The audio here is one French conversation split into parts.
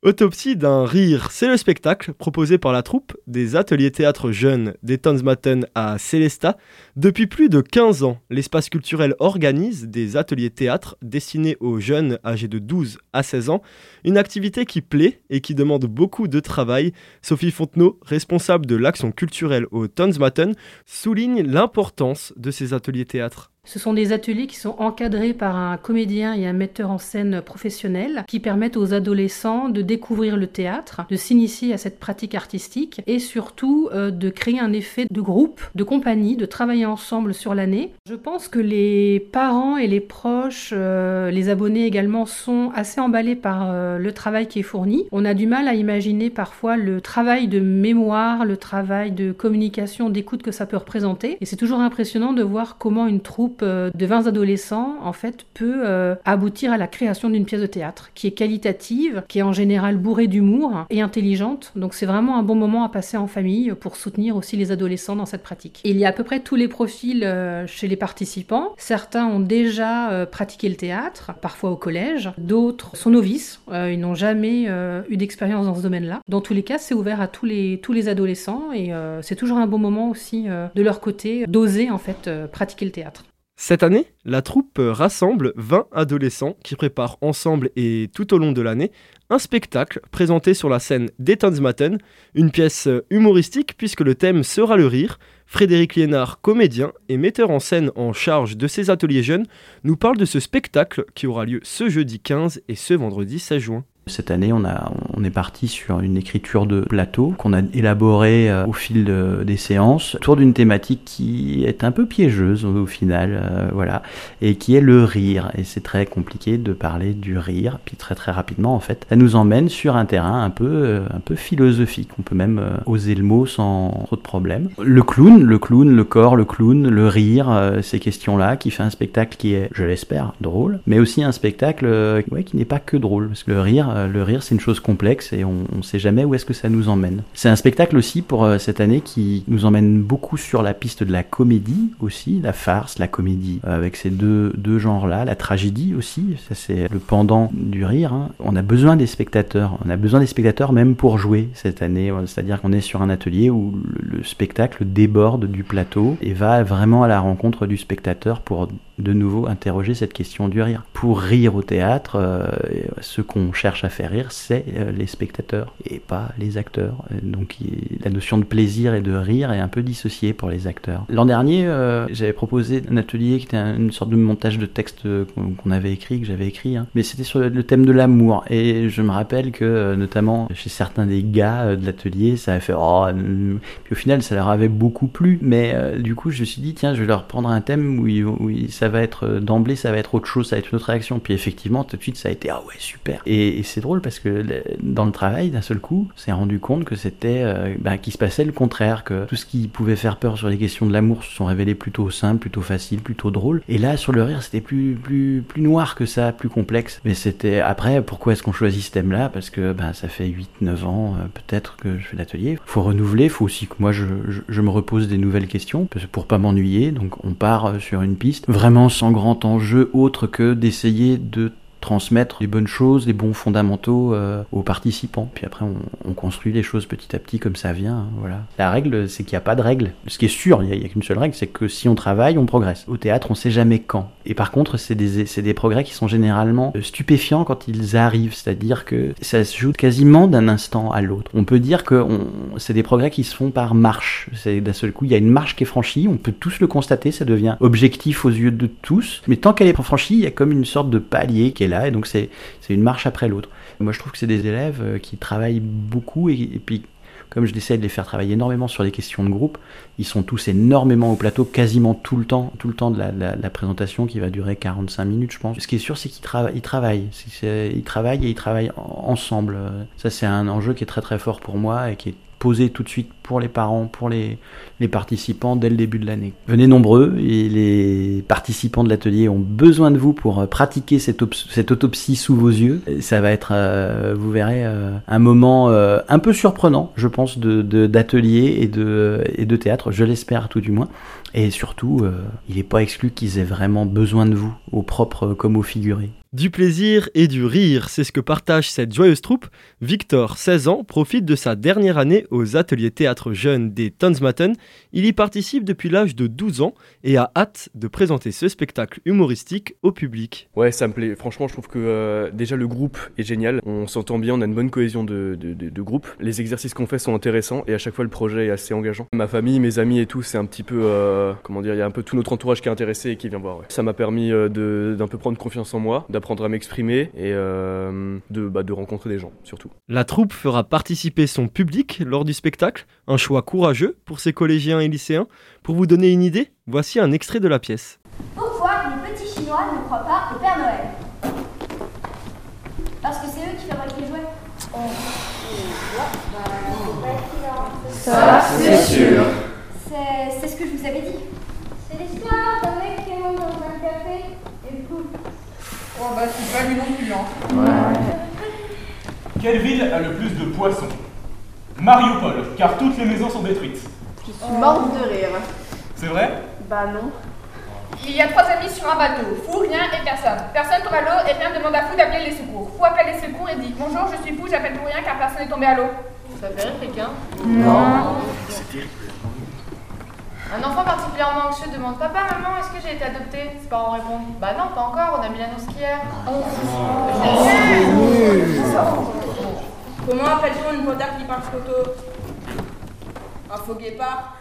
Autopsie d'un rire, c'est le spectacle proposé par la troupe des ateliers théâtre jeunes des Tonsmatten à Célestat. Depuis plus de 15 ans, l'espace culturel organise des ateliers théâtre destinés aux jeunes âgés de 12 à 16 ans, une activité qui plaît et qui demande beaucoup de travail. Sophie Fontenot, responsable de l'action culturelle aux Tonsmatten, souligne l'importance de ces ateliers théâtre. Ce sont des ateliers qui sont encadrés par un comédien et un metteur en scène professionnel qui permettent aux adolescents de découvrir le théâtre, de s'initier à cette pratique artistique et surtout de créer un effet de groupe, de compagnie, de travailler ensemble sur l'année. Je pense que les parents et les proches, les abonnés également, sont assez emballés par le travail qui est fourni. On a du mal à imaginer parfois le travail de mémoire, le travail de communication, d'écoute que ça peut représenter. Et c'est toujours impressionnant de voir comment une troupe de 20 adolescents, en fait, peut aboutir à la création d'une pièce de théâtre qui est qualitative, qui est en général bourrée d'humour et intelligente. Donc c'est vraiment un bon moment à passer en famille pour soutenir aussi les adolescents dans cette pratique. Et il y a à peu près tous les profils chez les participants. Certains ont déjà pratiqué le théâtre, parfois au collège. D'autres sont novices, ils n'ont jamais eu d'expérience dans ce domaine-là. Dans tous les cas, c'est ouvert à tous les adolescents et c'est toujours un bon moment aussi de leur côté d'oser en fait pratiquer le théâtre. Cette année, la troupe rassemble 20 adolescents qui préparent ensemble et tout au long de l'année un spectacle présenté sur la scène des Tonsmatten, une pièce humoristique puisque le thème sera le rire. Frédéric Liénard, comédien et metteur en scène en charge de ces ateliers jeunes, nous parle de ce spectacle qui aura lieu ce jeudi 15 et ce vendredi 16 juin. Cette année, on est parti sur une écriture de plateau qu'on a élaborée au fil des séances autour d'une thématique qui est un peu piégeuse au final, voilà, et qui est le rire. Et c'est très compliqué de parler du rire, puis très très rapidement en fait, ça nous emmène sur un terrain un peu philosophique. On peut même oser le mot sans trop de problèmes. Le clown, le corps, le clown, le rire, ces questions-là, qui fait un spectacle qui est, je l'espère, drôle, mais aussi un spectacle qui n'est pas que drôle, parce que le rire, c'est une chose complexe et on ne sait jamais où est-ce que ça nous emmène. C'est un spectacle aussi pour cette année qui nous emmène beaucoup sur la piste de la comédie aussi, la farce, la comédie, avec ces deux genres-là, la tragédie aussi, ça c'est le pendant du rire. Hein. On a besoin des spectateurs même pour jouer cette année, c'est-à-dire qu'on est sur un atelier où le spectacle déborde du plateau et va vraiment à la rencontre du spectateur pour de nouveau interroger cette question du rire. Pour rire au théâtre, ce qu'on cherche à faire rire, c'est les spectateurs et pas les acteurs. Donc la notion de plaisir et de rire est un peu dissociée pour les acteurs. L'an dernier, j'avais proposé un atelier qui était une sorte de montage de texte qu'on avait écrit, que j'avais écrit, hein. Mais c'était sur le thème de l'amour. Et je me rappelle que, notamment chez certains des gars de l'atelier, ça avait fait puis au final, ça leur avait beaucoup plu. Mais du coup, je me suis dit, tiens, je vais leur prendre un thème où ça va être d'emblée, ça va être autre chose, ça va être une autre réaction. Puis effectivement, tout de suite, ça a été ouais, super. Et c'est drôle parce que dans le travail, d'un seul coup, on s'est rendu compte que c'était qu'il se passait le contraire, que tout ce qui pouvait faire peur sur les questions de l'amour se sont révélés plutôt simples, plutôt faciles, plutôt drôles. Et là, sur le rire, c'était plus noir que ça, plus complexe. Mais c'était après, pourquoi est-ce qu'on choisit ce thème-là ? Parce que ça fait 8-9 ans peut-être que je fais l'atelier. Faut renouveler, faut aussi que moi je me repose des nouvelles questions pour pas m'ennuyer. Donc on part sur une piste vraiment sans grand enjeu autre que d'essayer de transmettre les bonnes choses, les bons fondamentaux aux participants. Puis après, on construit les choses petit à petit comme ça vient. Hein, voilà. La règle, c'est qu'il n'y a pas de règle. Ce qui est sûr, il n'y a qu'une seule règle, c'est que si on travaille, on progresse. Au théâtre, on ne sait jamais quand. Et par contre, c'est des progrès qui sont généralement stupéfiants quand ils arrivent. C'est-à-dire que ça se joue quasiment d'un instant à l'autre. On peut dire que c'est des progrès qui se font par marche. C'est d'un seul coup, il y a une marche qui est franchie, on peut tous le constater, ça devient objectif aux yeux de tous. Mais tant qu'elle est franchie, il y a comme une sorte de palier qui est là, et donc c'est une marche après l'autre. Moi je trouve que c'est des élèves qui travaillent beaucoup et puis comme je essaie de les faire travailler énormément sur les questions de groupe, ils sont tous énormément au plateau, quasiment tout le temps de la présentation qui va durer 45 minutes je pense. Ce qui est sûr c'est qu'ils travaillent ensemble. Ça c'est un enjeu qui est très très fort pour moi et qui est posé tout de suite pour les parents, pour les participants dès le début de l'année. Venez nombreux et les participants de l'atelier ont besoin de vous pour pratiquer cette autopsie sous vos yeux. Ça va être, vous verrez, un moment un peu surprenant, je pense, d'atelier et de théâtre, je l'espère tout du moins. Et surtout, il n'est pas exclu qu'ils aient vraiment besoin de vous, au propre comme au figuré. Du plaisir et du rire, c'est ce que partage cette joyeuse troupe. Victor, 16 ans, profite de sa dernière année aux ateliers théâtre jeunes des Tonsmatten. Il y participe depuis l'âge de 12 ans et a hâte de présenter ce spectacle humoristique au public. Ouais, ça me plaît. Franchement, je trouve que déjà le groupe est génial. On s'entend bien, on a une bonne cohésion de groupe. Les exercices qu'on fait sont intéressants et à chaque fois le projet est assez engageant. Ma famille, mes amis et tout, c'est un petit peu, il y a un peu tout notre entourage qui est intéressé et qui vient voir. Ouais. Ça m'a permis d'un peu prendre confiance en moi, d'apprendre à m'exprimer et de rencontrer des gens surtout. La troupe fera participer son public lors du spectacle, un choix courageux pour ces collégiens et lycéens. Pour vous donner une idée, voici un extrait de la pièce. Pourquoi les petits Chinois ne croient pas au Père Noël? Parce que c'est eux qui fabriquent les jouets. Ça, c'est sûr. C'est ce que je vous avais dit. C'est l'histoire d'un mec qui monte dans un café et boum. Oh bah c'est pas lui non plus, hein. Quelle ville a le plus de poissons? Mariupol, car toutes les maisons sont détruites. Je suis morte de rire. C'est vrai? Bah non. Il y a 3 amis sur un bateau. Fou, rien et personne. Personne tombe à l'eau et rien demande à Fou d'appeler les secours. Fou appelle les secours et dit « Bonjour, je suis Fou, j'appelle pour rien car personne n'est tombé à l'eau. » Ça fait rire quelqu'un? Non. Un enfant particulièrement anxieux demande « Papa, maman, est-ce que j'ai été adopté ?» Ses parents répondent « Bah non, pas encore, on a mis l'annonce hier. » Comment appelle-t-on une panthère qui parle photo? Un faux guépard.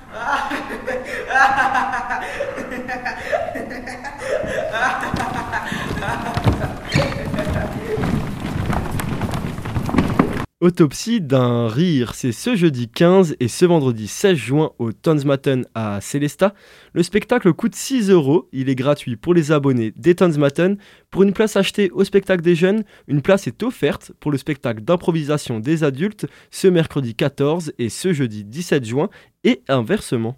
Autopsie d'un rire, c'est ce jeudi 15 et ce vendredi 16 juin au Tonsmatten à Sélestat. Le spectacle coûte 6 €, il est gratuit pour les abonnés des Tonsmatten. Pour une place achetée au spectacle des jeunes, une place est offerte pour le spectacle d'improvisation des adultes ce mercredi 14 et ce jeudi 17 juin et inversement.